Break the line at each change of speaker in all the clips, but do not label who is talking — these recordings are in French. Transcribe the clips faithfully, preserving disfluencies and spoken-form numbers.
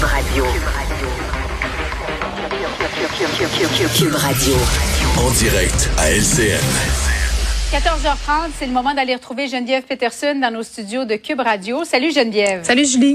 Cube Radio. Cube Radio.
En direct à L C N.
quatorze heures trente, c'est le moment d'aller retrouver Geneviève Peterson dans nos studios de Cube Radio. Salut Geneviève.
Salut Julie.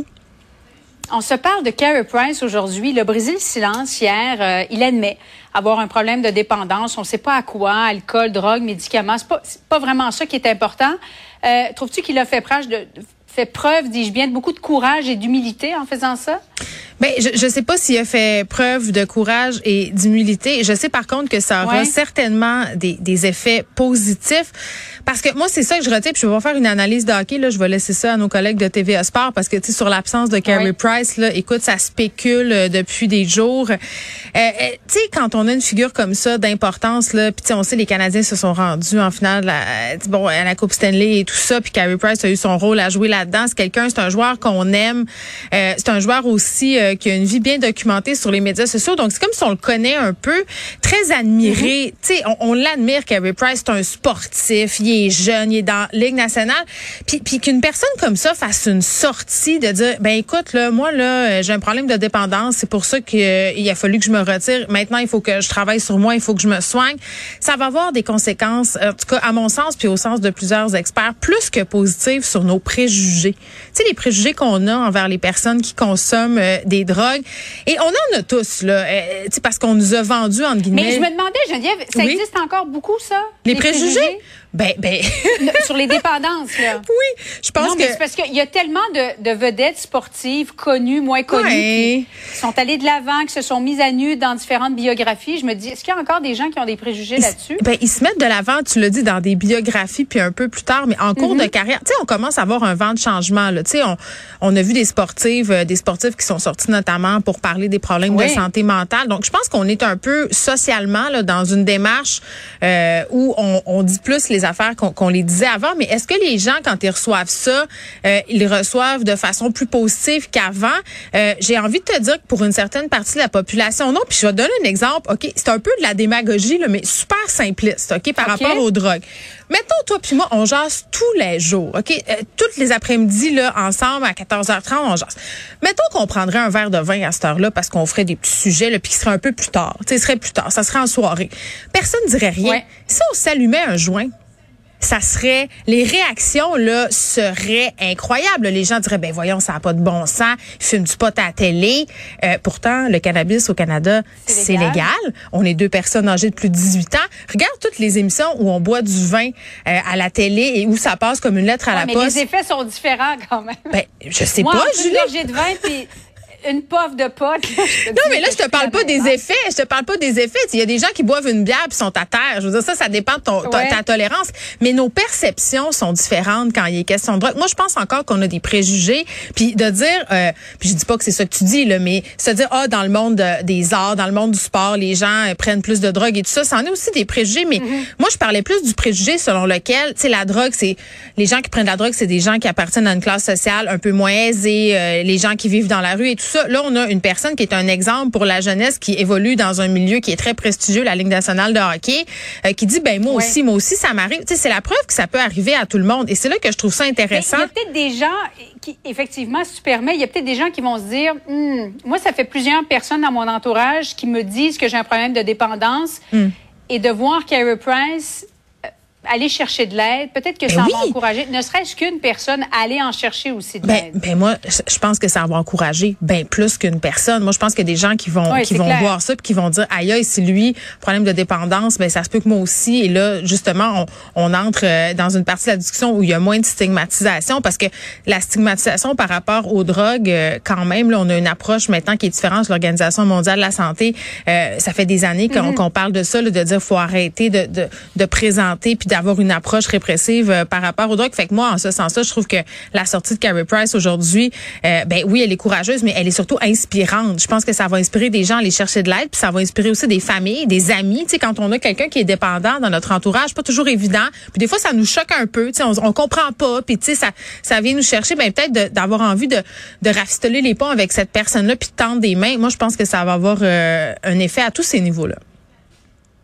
On se parle de Carey Price aujourd'hui. Le Brésil silence hier. Euh, il admet avoir un problème de dépendance. On ne sait pas à quoi, alcool, drogue, médicaments. C'est pas, c'est pas vraiment ça qui est important. Euh, trouves-tu qu'il a fait preuve de, fait preuve, dis-je bien, de beaucoup de courage et d'humilité en faisant ça?
Ben, je je sais pas s'il a fait preuve de courage et d'humilité. Je sais par contre que ça aura
ouais.
certainement des, des effets positifs. Parce que moi, c'est ça que je retiens. Puis je vais faire une analyse de hockey. Là, je vais laisser ça à nos collègues de T V A Sport parce que tu sais, sur l'absence de Carey
ouais.
Price, là, écoute, ça spécule euh, depuis des jours. Euh, euh, tu sais, quand on a une figure comme ça d'importance, là, puis tu sais, on sait les Canadiens se sont rendus en finale, la, bon, à la Coupe Stanley et tout ça. Puis Carey Price a eu son rôle à jouer là-dedans. C'est quelqu'un, c'est un joueur qu'on aime. Euh, c'est un joueur aussi euh, qui a une vie bien documentée sur les médias sociaux. Donc, c'est comme si on le connaît un peu, très admiré. Mm-hmm. Tu sais, on, on l'admire, Carey Price. C'est un sportif. Il est jeune, il est dans la Ligue nationale. Puis, puis qu'une personne comme ça fasse une sortie de dire, ben écoute, là, moi, là, j'ai un problème de dépendance. C'est pour ça qu'il euh, a fallu que je me retire. Maintenant, il faut que je travaille sur moi. Il faut que je me soigne. Ça va avoir des conséquences, en tout cas, à mon sens, puis au sens de plusieurs experts, plus que positives sur nos préjugés. Tu sais, les préjugés qu'on a envers les personnes qui consomment euh, des drogues. Et on en a tous, là, euh, tu sais, parce qu'on nous a vendu, entre guillemets.
Mais je me demandais, Geneviève, ça
oui?
existe encore beaucoup, ça?
Les, les préjugés? préjugés? Ben, ben.
Sur les dépendances, là.
Oui, je pense
non,
que.
Mais c'est parce qu'il y a tellement de, de vedettes sportives, connues, moins connues,
ouais.
qui, qui sont allées de l'avant, qui se sont mises à nu dans différentes biographies. Je me dis, est-ce qu'il y a encore des gens qui ont des préjugés
ils,
là-dessus?
Ben, ils se mettent de l'avant, tu l'as dit, dans des biographies, puis un peu plus tard, mais en cours mm-hmm. de carrière. Tu sais, on commence à avoir un vent de changement, là. Tu sais, on, on a vu des sportives, euh, des sportifs qui sont sortis notamment pour parler des problèmes oui. de santé mentale. Donc, je pense qu'on est un peu socialement, là, dans une démarche euh, où on, on dit plus les affaires qu'on, qu'on les disait avant, mais est-ce que les gens, quand ils reçoivent ça, euh, ils le reçoivent de façon plus positive qu'avant? Euh, j'ai envie de te dire que pour une certaine partie de la population, non. Puis je vais te donner un exemple. OK, c'est un peu de la démagogie, là, mais super simpliste, OK, par okay. rapport aux drogues. Mettons, toi puis moi, on jase tous les jours, OK? Euh, toutes les après-midi, là, ensemble, à quatorze heures trente, on jase. Mettons qu'on prendrait un verre de vin à cette heure-là parce qu'on ferait des petits sujets, là, puis qui seraient un peu plus tard. Tu sais, serait plus tard. Ça serait en soirée. Personne dirait rien. Ouais. Si on s'allumait un joint, ça serait, les réactions, là, seraient incroyables. Les gens diraient, ben voyons, ça n'a pas de bon sens, ils fument du pot à la télé. Euh, pourtant, le cannabis au Canada, c'est, c'est légal. légal. On est deux personnes âgées de plus de dix-huit ans. Regarde toutes les émissions où on boit du vin euh, à la télé et où ça passe comme une lettre à
ouais,
la
mais
poste.
Mais les effets sont différents quand même.
Ben, je sais
Moi,
pas,
en
Julie.
Moi, de vin, puis une puff de pot.
Non, mais là, je te parle pas des effets. Je te parle pas des effets. Il y a des gens qui boivent une bière puis sont à terre. Je veux dire, ça, ça dépend de ton, ta, ouais. ta tolérance. Mais nos perceptions sont différentes quand il est question de drogue. Moi, je pense encore qu'on a des préjugés. Puis de dire, euh, puis je dis pas que c'est ça que tu dis, là, mais se dire, ah, dans le monde de, des arts, dans le monde du sport, les gens euh, prennent plus de drogue et tout ça, ça en est aussi des préjugés. Mais mm-hmm. moi, je parlais plus du préjugé selon lequel, tu sais, la drogue, c'est les gens qui prennent de la drogue, c'est des gens qui appartiennent à une classe sociale un peu moins aisée, euh, les gens qui vivent dans la rue et tout ça. Là, on a une personne qui est un exemple pour la jeunesse qui évolue dans un milieu qui est très prestigieux, la Ligue nationale de hockey, euh, qui dit, ben moi ouais. aussi, moi aussi, ça m'arrive. Tu sais, c'est la preuve que ça peut arriver à tout le monde. Et c'est là que je trouve ça intéressant.
Il y a peut-être des gens qui, effectivement, si tu permets, il y a peut-être des gens qui vont se dire, hm, moi, ça fait plusieurs personnes dans mon entourage qui me disent que j'ai un problème de dépendance mm. et de voir Carey Price aller chercher de l'aide, peut-être que ça ben oui. va encourager, ne serait-ce qu'une personne, à aller en chercher aussi de
ben,
l'aide.
Ben moi, je pense que ça va encourager ben plus qu'une personne. Moi, je pense qu'il y a des gens qui vont
oui,
qui vont
clair.
voir ça puis qui vont dire, aïe, aïe, si lui, problème de dépendance, ben ça se peut que moi aussi. Et là, justement, on, on entre dans une partie de la discussion où il y a moins de stigmatisation parce que la stigmatisation par rapport aux drogues, quand même, là, on a une approche maintenant qui est différente de l'Organisation mondiale de la santé. Euh, ça fait des années qu'on, mm-hmm. qu'on parle de ça, là, de dire faut arrêter de, de, de présenter puis d'avoir une approche répressive euh, par rapport aux drogues. Fait que moi, en ce sens-là, je trouve que la sortie de Carey Price aujourd'hui, euh, ben oui, elle est courageuse, mais elle est surtout inspirante. Je pense que ça va inspirer des gens à aller chercher de l'aide, puis ça va inspirer aussi des familles, des amis. Tu sais, quand on a quelqu'un qui est dépendant dans notre entourage, pas toujours évident. Puis des fois, ça nous choque un peu. Tu sais, on, on comprend pas. Puis tu sais, ça, ça vient nous chercher. Ben peut-être de, d'avoir envie de, de rafistoler les ponts avec cette personne-là, puis de tendre des mains. Moi, je pense que ça va avoir euh, un effet à tous ces niveaux-là.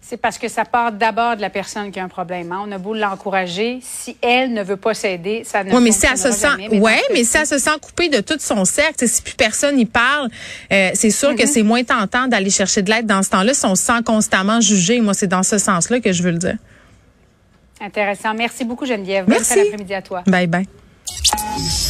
C'est parce que ça part d'abord de la personne qui a un problème. Hein. On a beau l'encourager, si elle ne veut pas s'aider, ça ne
ouais, mais
fonctionnera
si elle se sent,
jamais. Mais
ouais, mais si elle se sent coupée de tout son cercle, si plus personne y parle, euh, c'est sûr mm-hmm. que c'est moins tentant d'aller chercher de l'aide dans ce temps-là si on se sent constamment jugé. Moi, c'est dans ce sens-là que je veux le dire.
Intéressant. Merci beaucoup, Geneviève. Bonne fin d'après-midi à toi.
Bye bye.